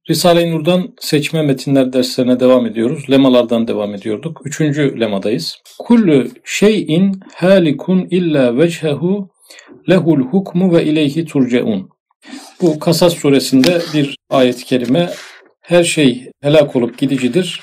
Risale-i Nur'dan seçme metinler derslerine devam ediyoruz. Lemalardan devam ediyorduk. 3. lemadayız. Kullu şeyin halikun illa vechehu lehul hukmu ve ileyhi turcaun. Bu Kasas suresinde bir ayet-i kerime. Her şey helak olup gidicidir.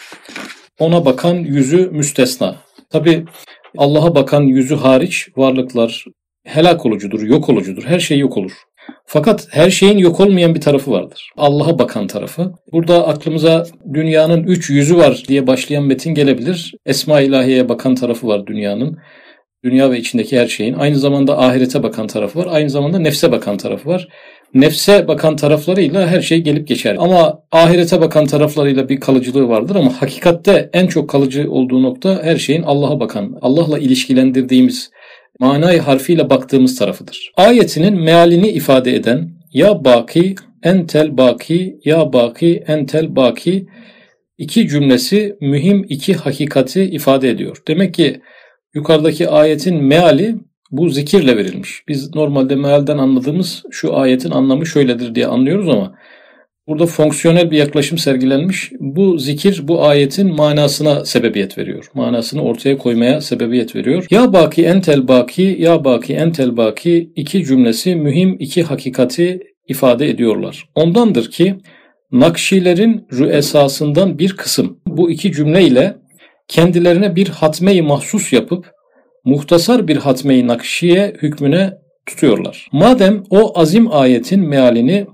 Ona bakan yüzü müstesna. Tabi Allah'a bakan yüzü hariç varlıklar helak olucudur, yok olucudur. Her şey yok olur. Fakat her şeyin yok olmayan bir tarafı vardır. Allah'a bakan tarafı. Burada aklımıza dünyanın 3 yüzü var diye başlayan metin gelebilir. Esma-i İlahiye'ye bakan tarafı var dünyanın. Dünya ve içindeki her şeyin. Aynı zamanda ahirete bakan tarafı var. Aynı zamanda nefse bakan tarafı var. Nefse bakan taraflarıyla her şey gelip geçer. Ama ahirete bakan taraflarıyla bir kalıcılığı vardır ama hakikatte en çok kalıcı olduğu nokta her şeyin Allah'a bakan, Allah'la ilişkilendirdiğimiz, manayı harfiyle baktığımız tarafıdır. Ayetinin mealini ifade eden ya baki entel baki ya baki entel baki iki cümlesi mühim iki hakikati ifade ediyor. Demek ki yukarıdaki ayetin meali bu zikirle verilmiş. Biz normalde mealden anladığımız şu ayetin anlamı şöyledir diye anlıyoruz ama burada fonksiyonel bir yaklaşım sergilenmiş. Bu zikir bu ayetin manasına sebebiyet veriyor. Manasını ortaya koymaya sebebiyet veriyor. Ya baki entel baki, ya baki entel baki iki cümlesi mühim iki hakikati ifade ediyorlar. Ondandır ki Nakşilerin rüesasından bir kısım bu iki cümle ile kendilerine bir hatme-i mahsus yapıp muhtasar bir hatme-i nakşiye hükmüne tutuyorlar. Madem o azim ayetin mealini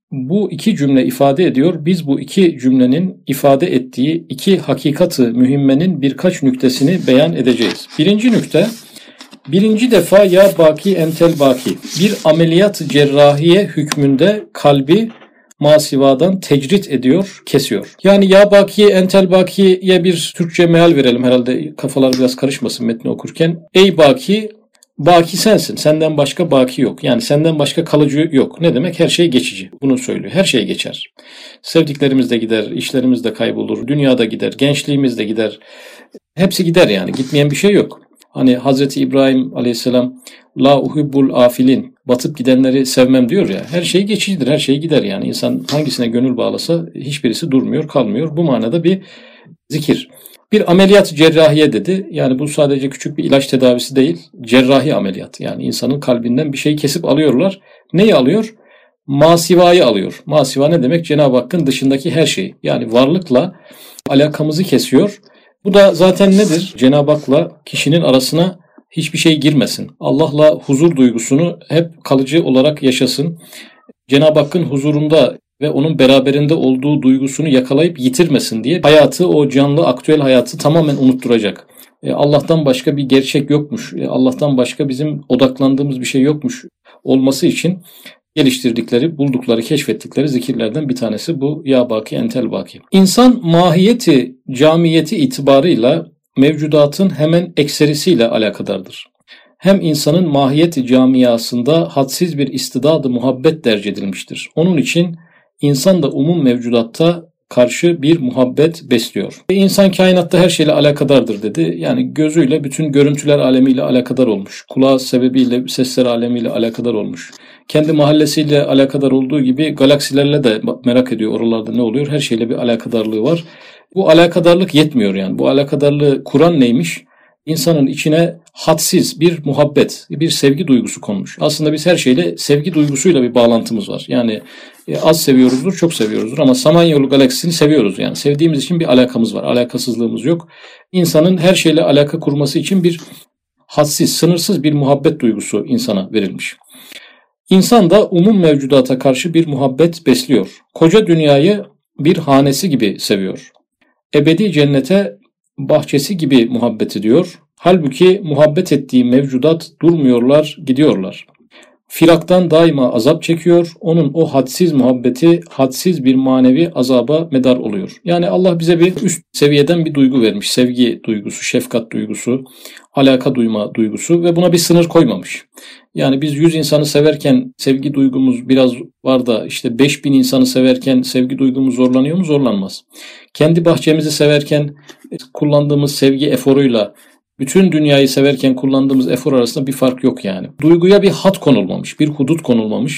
bu iki cümle ifade ediyor, biz bu iki cümlenin ifade ettiği iki hakikatı mühimmenin birkaç nüktesini beyan edeceğiz. Birinci nükte, birinci defa ya baki entel baki bir ameliyat cerrahiye hükmünde kalbi masivadan tecrit ediyor, kesiyor. Yani ya baki entel bakiye bir Türkçe meal verelim herhalde kafalar biraz karışmasın metni okurken. Ey baki, baki sensin. Senden başka baki yok. Yani senden başka kalıcı yok. Ne demek? Her şey geçici. Bunu söylüyor. Her şey geçer. Sevdiklerimiz de gider, işlerimiz de kaybolur, dünyada gider, gençliğimiz de gider. Hepsi gider yani. Gitmeyen bir şey yok. Hani Hazreti İbrahim Aleyhisselam la uhibbul afilin batıp gidenleri sevmem diyor ya. Her şey geçicidir. Her şey gider yani. İnsan hangisine gönül bağlasa hiçbirisi durmuyor, kalmıyor. Bu manada bir zikir. Bir ameliyat cerrahiye dedi. Yani bu sadece küçük bir ilaç tedavisi değil. Cerrahi ameliyat. Yani insanın kalbinden bir şey kesip alıyorlar. Neyi alıyor? Masivayı alıyor. Masiva ne demek? Cenab-ı Hakk'ın dışındaki her şey. Yani varlıkla alakamızı kesiyor. Bu da zaten nedir? Cenab-ı Hak'la kişinin arasına hiçbir şey girmesin. Allah'la huzur duygusunu hep kalıcı olarak yaşasın. Cenab-ı Hakk'ın huzurunda ve onun beraberinde olduğu duygusunu yakalayıp yitirmesin diye hayatı, o canlı aktüel hayatı tamamen unutturacak. Allah'tan başka bir gerçek yokmuş, Allah'tan başka bizim odaklandığımız bir şey yokmuş olması için geliştirdikleri, buldukları, keşfettikleri zikirlerden bir tanesi bu ya baki entel baki. İnsan mahiyeti, camiyeti itibarıyla mevcudatın hemen ekserisiyle alakadardır. Hem insanın mahiyeti camiasında hadsiz bir istidadı muhabbet derc edilmiştir. Onun için insan da umum mevcudatta karşı bir muhabbet besliyor. İnsan kainatta her şeyle alakadardır dedi. Yani gözüyle bütün görüntüler alemiyle alakadar olmuş. Kulağı sebebiyle sesler alemiyle alakadar olmuş. Kendi mahallesiyle alakadar olduğu gibi galaksilerle de merak ediyor oralarda ne oluyor. Her şeyle bir alakadarlığı var. Bu alakadarlık yetmiyor yani. Bu alakadarlığı kuran neymiş? İnsanın içine hadsiz bir muhabbet, bir sevgi duygusu konmuş. Aslında biz her şeyle sevgi duygusuyla bir bağlantımız var. Yani az seviyoruzdur, çok seviyoruzdur ama Samanyolu galaksisini seviyoruz. Yani sevdiğimiz için bir alakamız var, alakasızlığımız yok. İnsanın her şeyle alaka kurması için bir hadsiz, sınırsız bir muhabbet duygusu insana verilmiş. İnsan da umum mevcudata karşı bir muhabbet besliyor. Koca dünyayı bir hanesi gibi seviyor. Ebedi cennete bahçesi gibi muhabbet ediyor. Halbuki muhabbet ettiği mevcudat durmuyorlar, gidiyorlar. Firaktan daima azap çekiyor. Onun o hadsiz muhabbeti hadsiz bir manevi azaba medar oluyor. Yani Allah bize bir üst seviyeden bir duygu vermiş. Sevgi duygusu, şefkat duygusu, alaka duyma duygusu ve buna bir sınır koymamış. Yani biz 100 insanı severken sevgi duygumuz biraz var da işte 5000 insanı severken sevgi duygumuz zorlanıyor mu? Zorlanmaz. Kendi bahçemizi severken kullandığımız sevgi eforuyla bütün dünyayı severken kullandığımız efor arasında bir fark yok yani. Duyguya bir had konulmamış, bir hudut konulmamış.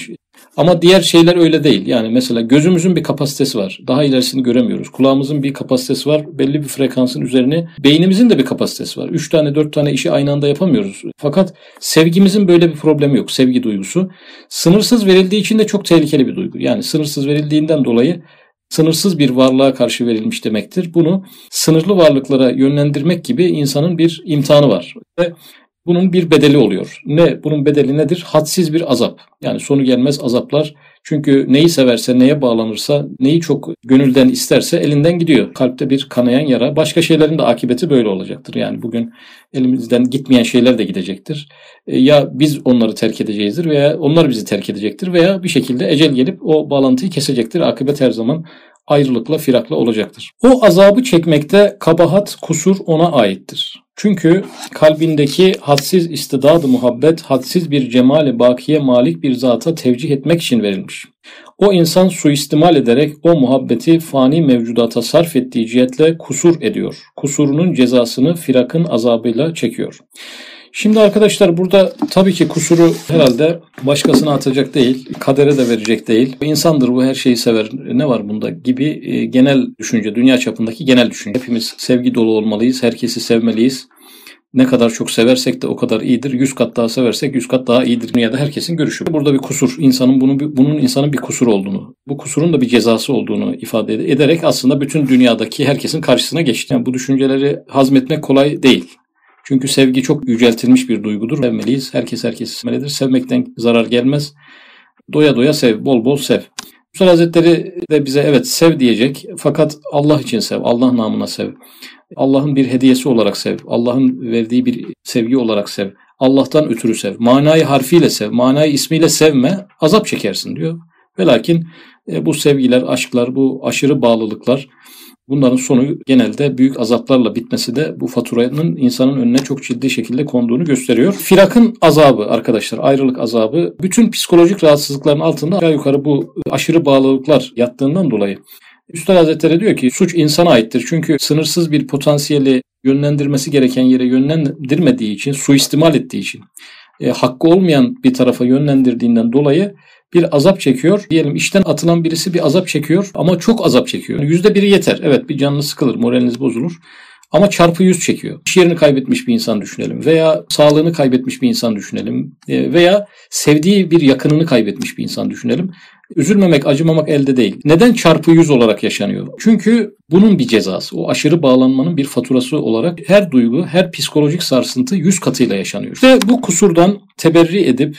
Ama diğer şeyler öyle değil. Yani mesela gözümüzün bir kapasitesi var. Daha ilerisini göremiyoruz. Kulağımızın bir kapasitesi var. Belli bir frekansın üzerine. Beynimizin de bir kapasitesi var. 3 tane 4 tane işi aynı anda yapamıyoruz. Fakat sevgimizin böyle bir problemi yok. Sevgi duygusu. Sınırsız verildiği için de çok tehlikeli bir duygu. Yani sınırsız verildiğinden dolayı sınırsız bir varlığa karşı verilmiş demektir. Bunu sınırlı varlıklara yönlendirmek gibi insanın bir imtihanı var. Ve bunun bir bedeli oluyor. Bunun bedeli nedir? Hadsiz bir azap. Yani sonu gelmez azaplar. Çünkü neyi severse, neye bağlanırsa, neyi çok gönülden isterse elinden gidiyor. Kalpte bir kanayan yara. Başka şeylerin de akıbeti böyle olacaktır. Yani bugün elimizden gitmeyen şeyler de gidecektir. Ya biz onları terk edeceğizdir veya onlar bizi terk edecektir veya bir şekilde ecel gelip o bağlantıyı kesecektir. Akıbet her zaman ayrılıkla, firakla olacaktır. O azabı çekmekte kabahat, kusur ona aittir. Çünkü kalbindeki hadsiz istidadı muhabbet, hadsiz bir cemali bakiye malik bir zata tevcih etmek için verilmiş. O insan suistimal ederek o muhabbeti fani mevcudata sarf ettiği cihetle kusur ediyor. Kusurunun cezasını firakın azabıyla çekiyor. Şimdi arkadaşlar burada tabii ki kusuru herhalde başkasına atacak değil, kadere de verecek değil. İnsandır bu, her şeyi sever, ne var bunda gibi genel düşünce, dünya çapındaki genel düşünce. Hepimiz sevgi dolu olmalıyız, herkesi sevmeliyiz. Ne kadar çok seversek de o kadar iyidir. 100 kat daha seversek 100 kat daha iyidir. Dünyada herkesin görüşü. Burada bir kusur, bunun insanın bir kusur olduğunu, bu kusurun da bir cezası olduğunu ifade ederek aslında bütün dünyadaki herkesin karşısına geçti. Yani bu düşünceleri hazmetmek kolay değil. Çünkü sevgi çok yüceltilmiş bir duygudur. Sevmeliyiz. Herkes herkesi sevmelidir. Sevmekten zarar gelmez. Doya doya sev, bol bol sev. Üstad Hazretleri de bize evet sev diyecek. Fakat Allah için sev, Allah namına sev. Allah'ın bir hediyesi olarak sev. Allah'ın verdiği bir sevgi olarak sev. Allah'tan ötürü sev. Manayı harfiyle sev. Manayı ismiyle sevme. Azap çekersin diyor. Ve lakin bu sevgiler, aşklar, bu aşırı bağlılıklar, bunların sonu genelde büyük azaplarla bitmesi de bu faturanın insanın önüne çok ciddi şekilde konduğunu gösteriyor. Firakın azabı arkadaşlar, ayrılık azabı, bütün psikolojik rahatsızlıkların altında aşağı yukarı bu aşırı bağlılıklar yattığından dolayı. Üstad Hazretleri diyor ki suç insana aittir. Çünkü sınırsız bir potansiyeli yönlendirmesi gereken yere yönlendirmediği için, suistimal ettiği için, hakkı olmayan bir tarafa yönlendirdiğinden dolayı bir azap çekiyor. Diyelim işten atılan birisi bir azap çekiyor ama çok azap çekiyor. %1'i yeter. Evet, bir canınız sıkılır, moraliniz bozulur. Ama çarpı 100 çekiyor. İş yerini kaybetmiş bir insan düşünelim veya sağlığını kaybetmiş bir insan düşünelim veya sevdiği bir yakınını kaybetmiş bir insan düşünelim. Üzülmemek, acımamak elde değil. Neden çarpı 100 olarak yaşanıyor? Çünkü bunun bir cezası, o aşırı bağlanmanın bir faturası olarak her duygu, her psikolojik sarsıntı 100 katıyla yaşanıyor. İşte bu kusurdan teberri edip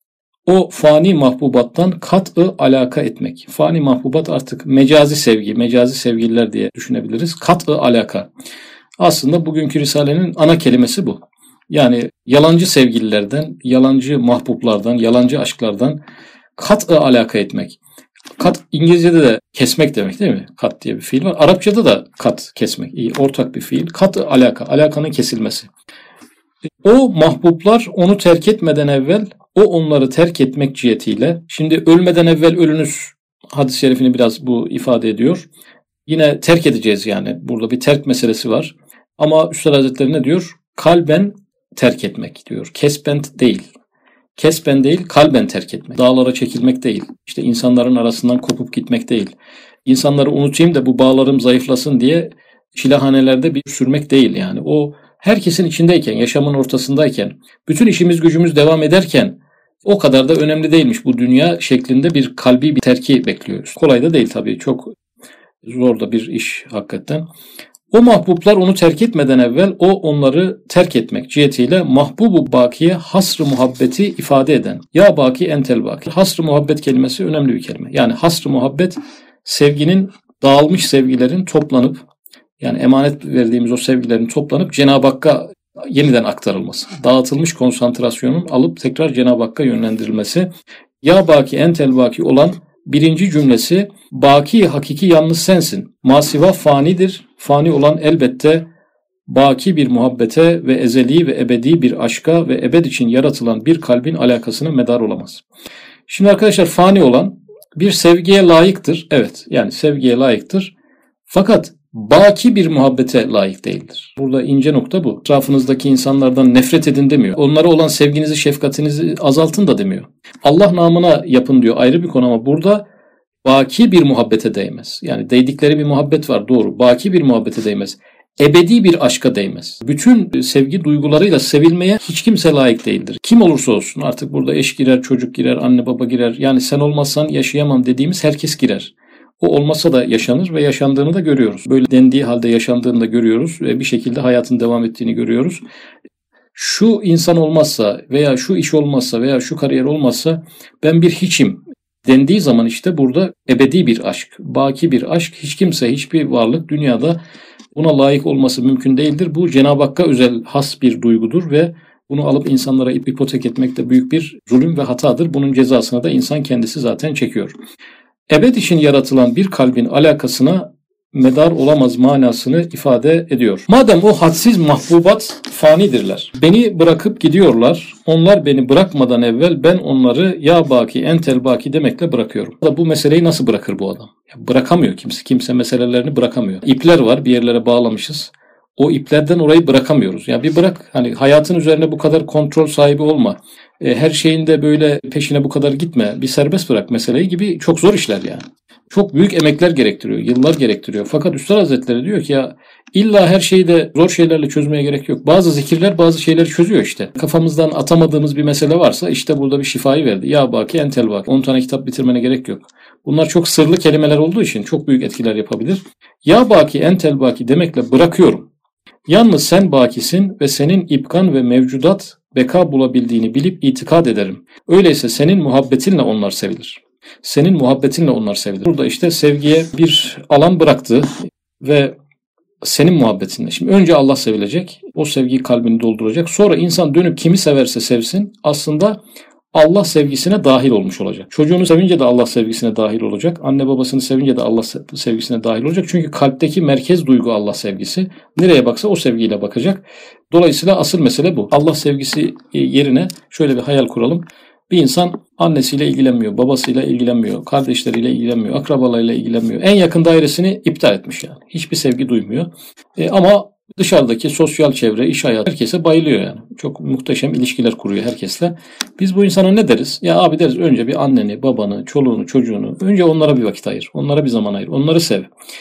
o fani mahbubattan kat'ı alaka etmek. Fani mahbubat artık mecazi sevgi, mecazi sevgililer diye düşünebiliriz. Kat'ı alaka. Aslında bugünkü Risale'nin ana kelimesi bu. Yani yalancı sevgililerden, yalancı mahbublardan, yalancı aşklardan kat'ı alaka etmek. Kat İngilizce'de de kesmek demek değil mi? Kat diye bir fiil var. Arapçada da kat, kesmek. Ortak bir fiil. Kat'ı alaka, alakanın kesilmesi. O mahbublar onu terk etmeden evvel o onları terk etmek cihetiyle, şimdi ölmeden evvel ölünüz hadis-i şerifini biraz bu ifade ediyor. Yine terk edeceğiz yani. Burada bir terk meselesi var. Ama Üstad Hazretleri ne diyor? Kalben terk etmek diyor. Kesben değil. Kesben değil, kalben terk etmek. Dağlara çekilmek değil. İşte insanların arasından kopup gitmek değil. İnsanları unutayım da bu bağlarım zayıflasın diye çilehanelerde bir sürmek değil yani. O herkesin içindeyken, yaşamın ortasındayken, bütün işimiz gücümüz devam ederken o kadar da önemli değilmiş bu dünya şeklinde bir kalbi bir terki bekliyoruz. Kolay da değil tabii, çok zor da bir iş hakikaten. O mahbublar onu terk etmeden evvel o onları terk etmek cihetiyle mahbubu bakiye hasr-ı muhabbeti ifade eden. Ya baki entel baki. Hasr-ı muhabbet kelimesi önemli bir kelime. Yani hasr-ı muhabbet sevginin, dağılmış sevgilerin toplanıp, yani emanet verdiğimiz o sevgilerin toplanıp Cenab-ı Hakk'a yeniden aktarılması. Dağıtılmış konsantrasyonun alıp tekrar Cenab-ı Hakk'a yönlendirilmesi. Ya baki entel baki olan birinci cümlesi, baki hakiki yalnız sensin. Masiva fanidir. Fani olan elbette baki bir muhabbete ve ezeli ve ebedi bir aşka ve ebed için yaratılan bir kalbin alakasına medar olamaz. Şimdi arkadaşlar, fani olan bir sevgiye layıktır. Evet, yani sevgiye layıktır. Fakat baki bir muhabbete layık değildir. Burada ince nokta bu. Etrafınızdaki insanlardan nefret edin demiyor. Onlara olan sevginizi, şefkatinizi azaltın da demiyor. Allah namına yapın diyor, ayrı bir konu, ama burada baki bir muhabbete değmez. Yani değdikleri bir muhabbet var, doğru. Baki bir muhabbete değmez. Ebedi bir aşka değmez. Bütün sevgi duygularıyla sevilmeye hiç kimse layık değildir. Kim olursa olsun, artık burada eş girer, çocuk girer, anne baba girer. Yani sen olmazsan yaşayamam dediğimiz herkes girer. O olmasa da yaşanır ve yaşandığını da görüyoruz. Böyle dendiği halde yaşandığını da görüyoruz ve bir şekilde hayatın devam ettiğini görüyoruz. Şu insan olmazsa veya şu iş olmazsa veya şu kariyer olmazsa ben bir hiçim dendiği zaman işte burada ebedi bir aşk, baki bir aşk, hiç kimse, hiçbir varlık dünyada buna layık olması mümkün değildir. Bu Cenab-ı Hakk'a özel, has bir duygudur ve bunu alıp insanlara ipotek etmek de büyük bir zulüm ve hatadır. Bunun cezasını da insan kendisi zaten çekiyor. Ebed için yaratılan bir kalbin alakasına medar olamaz manasını ifade ediyor. Madem o hadsiz mahbubat fanidirler, beni bırakıp gidiyorlar, onlar beni bırakmadan evvel ben onları ya baki entel baki demekle bırakıyorum. Bu meseleyi nasıl bırakır bu adam? Bırakamıyor kimse. Kimse meselelerini bırakamıyor. İpler var, bir yerlere bağlamışız. O iplerden orayı bırakamıyoruz. Ya bir bırak, hani hayatın üzerine bu kadar kontrol sahibi olma. Her şeyin de böyle peşine bu kadar gitme. Bir serbest bırak meseleyi gibi çok zor işler yani. Çok büyük emekler gerektiriyor, yıllar gerektiriyor. Fakat Üstad Hazretleri diyor ki ya illa her şeyi de zor şeylerle çözmeye gerek yok. Bazı zikirler bazı şeyleri çözüyor işte. Kafamızdan atamadığımız bir mesele varsa işte burada bir şifayı verdi. Ya baki entel baki. 10 tane kitap bitirmene gerek yok. Bunlar çok sırlı kelimeler olduğu için çok büyük etkiler yapabilir. Ya baki entel baki demekle bırakıyorum. Yalnız sen bakisin ve senin ipkan ve mevcudat beka bulabildiğini bilip itikad ederim. Öyleyse senin muhabbetinle onlar sevilir. Senin muhabbetinle onlar sevilir. Burada işte sevgiye bir alan bıraktı ve senin muhabbetinle. Şimdi önce Allah sevilecek, o sevgiyi kalbini dolduracak. Sonra insan dönüp kimi severse sevsin aslında Allah sevgisine dahil olmuş olacak. Çocuğunu sevince de Allah sevgisine dahil olacak. Anne babasını sevince de Allah sevgisine dahil olacak. Çünkü kalpteki merkez duygu Allah sevgisi. Nereye baksa o sevgiyle bakacak. Dolayısıyla asıl mesele bu. Allah sevgisi yerine şöyle bir hayal kuralım. Bir insan annesiyle ilgilenmiyor, babasıyla ilgilenmiyor, kardeşleriyle ilgilenmiyor, akrabalarıyla ilgilenmiyor. En yakın dairesini iptal etmiş yani. Hiçbir sevgi duymuyor. Ama dışarıdaki sosyal çevre, iş hayatı herkese bayılıyor yani. Çok muhteşem ilişkiler kuruyor herkesle. Biz bu insana ne deriz? Ya abi deriz, önce bir anneni, babanı, çoluğunu, çocuğunu, önce onlara bir vakit ayır. Onlara bir zaman ayır. Onları sev.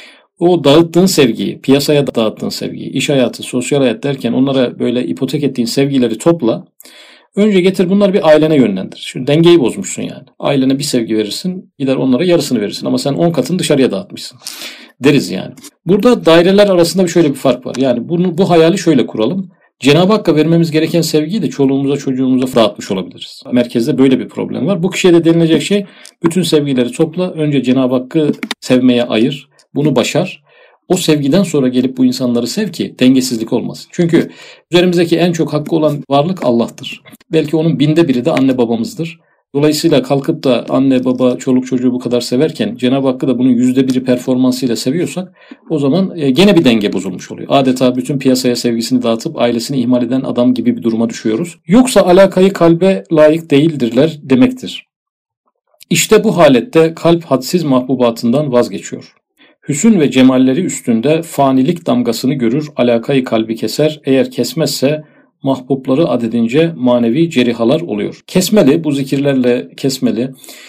O dağıttığın sevgiyi, piyasaya dağıttığın sevgiyi, iş hayatı, sosyal hayat derken onlara böyle ipotek ettiğin sevgileri topla. Önce getir bunları bir ailene yönlendir. Şu dengeyi bozmuşsun yani. Ailene bir sevgi verirsin, gider onlara yarısını verirsin. Ama sen 10 katını dışarıya dağıtmışsın deriz yani. Burada daireler arasında şöyle bir fark var. Yani bu hayali şöyle kuralım. Cenab-ı Hakk'a vermemiz gereken sevgiyi de çoluğumuza çocuğumuza dağıtmış olabiliriz. Merkezde böyle bir problem var. Bu kişiye de denilecek şey bütün sevgileri topla. Önce Cenab-ı Hakk'ı sevmeye ayır. Bunu başar. O sevgiden sonra gelip bu insanları sev ki dengesizlik olmasın. Çünkü üzerimizdeki en çok hakkı olan varlık Allah'tır. Belki onun 1/1000'i de anne babamızdır. Dolayısıyla kalkıp da anne baba çoluk çocuğu bu kadar severken Cenab-ı Hakk'ı da bunun %1'i performansıyla seviyorsak o zaman gene bir denge bozulmuş oluyor. Adeta bütün piyasaya sevgisini dağıtıp ailesini ihmal eden adam gibi bir duruma düşüyoruz. Yoksa alakayı kalbe layık değildirler demektir. İşte bu halette kalp hadsiz mahbubatından vazgeçiyor. Hüsn ve cemalleri üstünde fanilik damgasını görür, alakayı kalbi keser. Eğer kesmezse mahbubları adedince manevi cerihalar oluyor. Kesmeli, bu zikirlerle kesmeli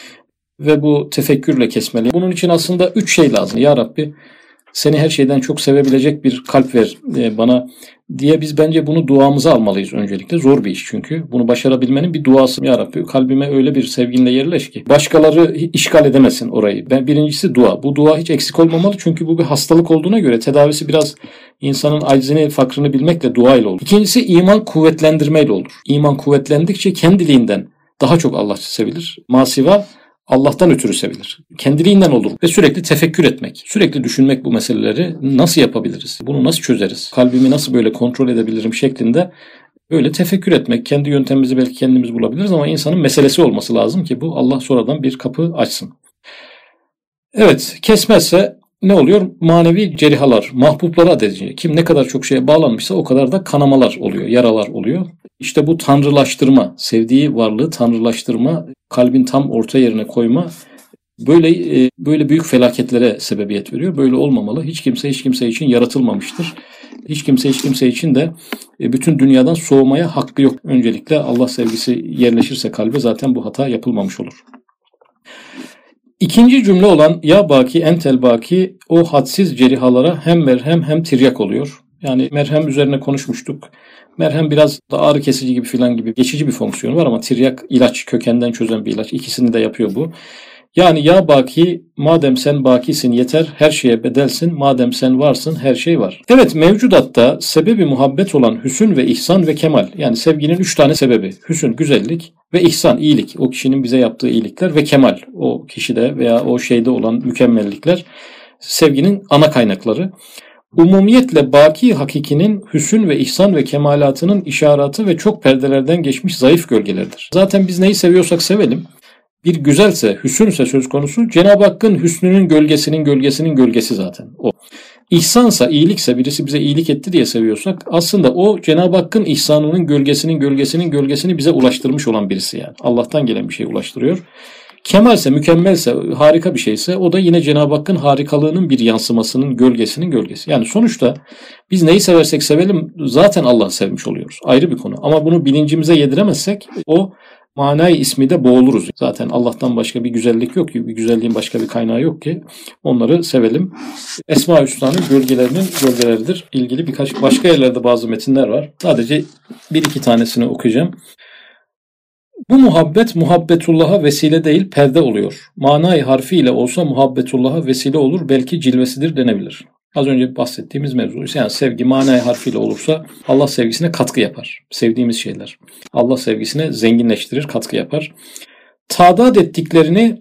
ve bu tefekkürle kesmeli. Bunun için aslında 3 şey lazım. Ya Rabbi seni her şeyden çok sevebilecek bir kalp ver bana diye biz bence bunu duamıza almalıyız öncelikle. Zor bir iş çünkü. Bunu başarabilmenin bir duası. Ya Rabbi kalbime öyle bir sevginle yerleş ki başkaları işgal edemesin orayı. Birincisi dua. Bu dua hiç eksik olmamalı çünkü bu bir hastalık olduğuna göre tedavisi biraz insanın aczini, fakrını bilmekle, dua ile olur. İkincisi iman kuvvetlendirmeyle olur. İman kuvvetlendikçe kendiliğinden daha çok Allah sevilir. Masiva Allah'tan ötürü sevilir. Kendiliğinden olur. Ve sürekli tefekkür etmek, sürekli düşünmek bu meseleleri nasıl yapabiliriz? Bunu nasıl çözeriz? Kalbimi nasıl böyle kontrol edebilirim şeklinde böyle tefekkür etmek. Kendi yöntemimizi belki kendimiz bulabiliriz ama insanın meselesi olması lazım ki bu Allah sonradan bir kapı açsın. Evet, kesmezse ne oluyor? Manevi cerihalar, mahbublara adedince. Kim ne kadar çok şeye bağlanmışsa o kadar da kanamalar oluyor, yaralar oluyor. İşte bu tanrılaştırma, sevdiği varlığı tanrılaştırma, kalbin tam orta yerine koyma böyle büyük felaketlere sebebiyet veriyor. Böyle olmamalı. Hiç kimse hiç kimse için yaratılmamıştır. Hiç kimse için de bütün dünyadan soğumaya hakkı yok. Öncelikle Allah sevgisi yerleşirse kalbe zaten bu hata yapılmamış olur. İkinci cümle olan ya baki entel baki o hadsiz cerihalara hem merhem hem tiryak oluyor. Yani merhem üzerine konuşmuştuk. Merhem biraz da ağrı kesici gibi filan gibi geçici bir fonksiyonu var ama tiryak ilaç, kökenden çözen bir ilaç. İkisini de yapıyor bu. Yani ya baki madem sen bakisin yeter her şeye bedelsin madem sen varsın her şey var. Evet mevcudatta sebebi muhabbet olan hüsn ve ihsan ve kemal yani sevginin 3 tane sebebi hüsn güzellik ve ihsan iyilik o kişinin bize yaptığı iyilikler ve kemal o kişide veya o şeyde olan mükemmellikler sevginin ana kaynakları. Umumiyetle baki hakikinin hüsn ve ihsan ve kemalatının işaratı ve çok perdelerden geçmiş zayıf gölgeleridir. Zaten biz neyi seviyorsak sevelim. Bir güzelse, hüsünse söz konusu Cenab-ı Hakk'ın hüsnünün gölgesinin gölgesi zaten o. İhsansa, iyilikse birisi bize iyilik etti diye seviyorsak aslında o Cenab-ı Hakk'ın ihsanının gölgesini bize ulaştırmış olan birisi yani. Allah'tan gelen bir şey ulaştırıyor. Kemalse, mükemmelse, harika bir şeyse o da yine Cenab-ı Hakk'ın harikalığının bir yansımasının gölgesinin gölgesi. Yani sonuçta biz neyi seversek sevelim zaten Allah'ı sevmiş oluyoruz. Ayrı bir konu. Ama bunu bilincimize yediremezsek o manayı ismi de boğuluruz. Zaten Allah'tan başka bir güzellik yok ki. Bir güzelliğin başka bir kaynağı yok ki. Onları sevelim. Esma-i Hüsna'nın gölgeleridir. İlgili birkaç başka yerlerde bazı metinler var. Sadece bir iki tanesini okuyacağım. Bu muhabbet muhabbetullah'a vesile değil perde oluyor. Manayı harfiyle olsa muhabbetullah'a vesile olur belki cilvesidir denebilir. Az önce bahsettiğimiz mevzu. Yani sevgi manayı harfiyle olursa Allah sevgisine katkı yapar. Sevdiğimiz şeyler. Allah sevgisine zenginleştirir, katkı yapar. Tadat ettiklerini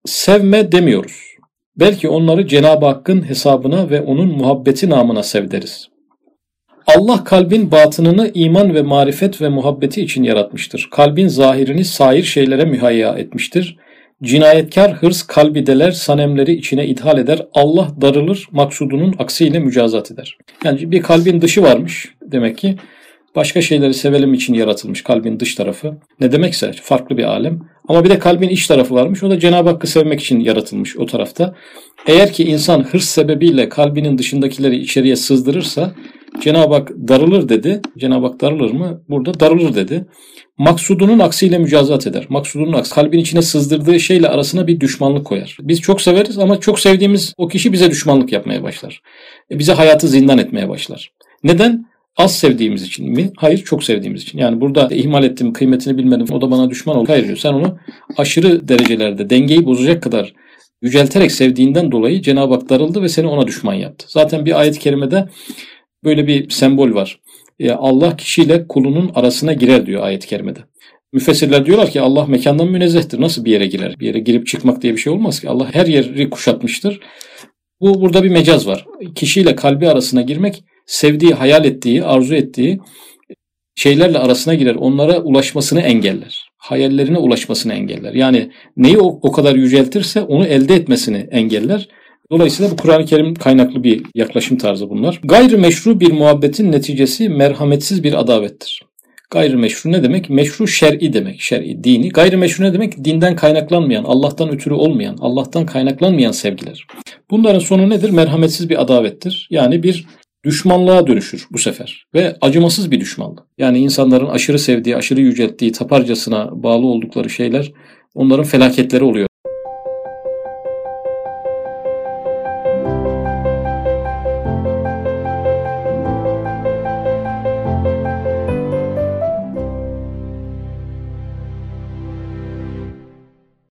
sevme demiyoruz. Belki onları Cenab-ı Hakk'ın hesabına ve onun muhabbeti namına sev deriz. Allah kalbin batınını iman ve marifet ve muhabbeti için yaratmıştır. Kalbin zahirini sair şeylere mühayya etmiştir. Cinayetkar hırs kalbi deler, sanemleri içine ithal eder. Allah darılır, maksudunun aksiyle mücazat eder. Yani bir kalbin dışı varmış demek ki. Başka şeyleri sevelim için yaratılmış kalbin dış tarafı. Ne demekse farklı bir alem. Ama bir de kalbin iç tarafı varmış. O da Cenab-ı Hakk'ı sevmek için yaratılmış o tarafta. Eğer ki insan hırs sebebiyle kalbinin dışındakileri içeriye sızdırırsa Cenab-ı Hak darılır dedi. Cenab-ı Hak darılır mı? Burada darılır dedi. Maksudunun aksiyle mücazat eder. Maksudunun aksi. Kalbin içine sızdırdığı şeyle arasına bir düşmanlık koyar. Biz çok severiz ama çok sevdiğimiz o kişi bize düşmanlık yapmaya başlar. Bize hayatı zindan etmeye başlar. Neden? Az sevdiğimiz için mi? Hayır, çok sevdiğimiz için. Yani burada ihmal ettim, kıymetini bilmedim, o da bana düşman oldu. Hayır diyor. Sen onu aşırı derecelerde dengeyi bozacak kadar yücelterek sevdiğinden dolayı Cenab-ı Hak darıldı ve seni ona düşman yaptı. Zaten bir ayet-i kerimede böyle bir sembol var. Allah kişiyle kulunun arasına girer diyor ayet-i kerimede. Müfessirler diyorlar ki Allah mekandan münezzehtir. Nasıl bir yere girer? Bir yere girip çıkmak diye bir şey olmaz ki. Allah her yeri kuşatmıştır. Burada bir mecaz var. Kişiyle kalbi arasına girmek sevdiği, hayal ettiği, arzu ettiği şeylerle arasına girer. Onlara ulaşmasını engeller. Hayallerine ulaşmasını engeller. Yani neyi o kadar yüceltirse onu elde etmesini engeller. Dolayısıyla bu Kur'an-ı Kerim kaynaklı bir yaklaşım tarzı bunlar. Gayrimeşru bir muhabbetin neticesi merhametsiz bir adavettir. Gayrimeşru ne demek? Meşru şer'i demek. Şer'i, dini. Gayrimeşru ne demek? Dinden kaynaklanmayan, Allah'tan ötürü olmayan, Allah'tan kaynaklanmayan sevgiler. Bunların sonu nedir? Merhametsiz bir adavettir. Yani bir düşmanlığa dönüşür bu sefer. Ve acımasız bir düşmanlık. Yani insanların aşırı sevdiği, aşırı yücelttiği, taparcasına bağlı oldukları şeyler onların felaketleri oluyor.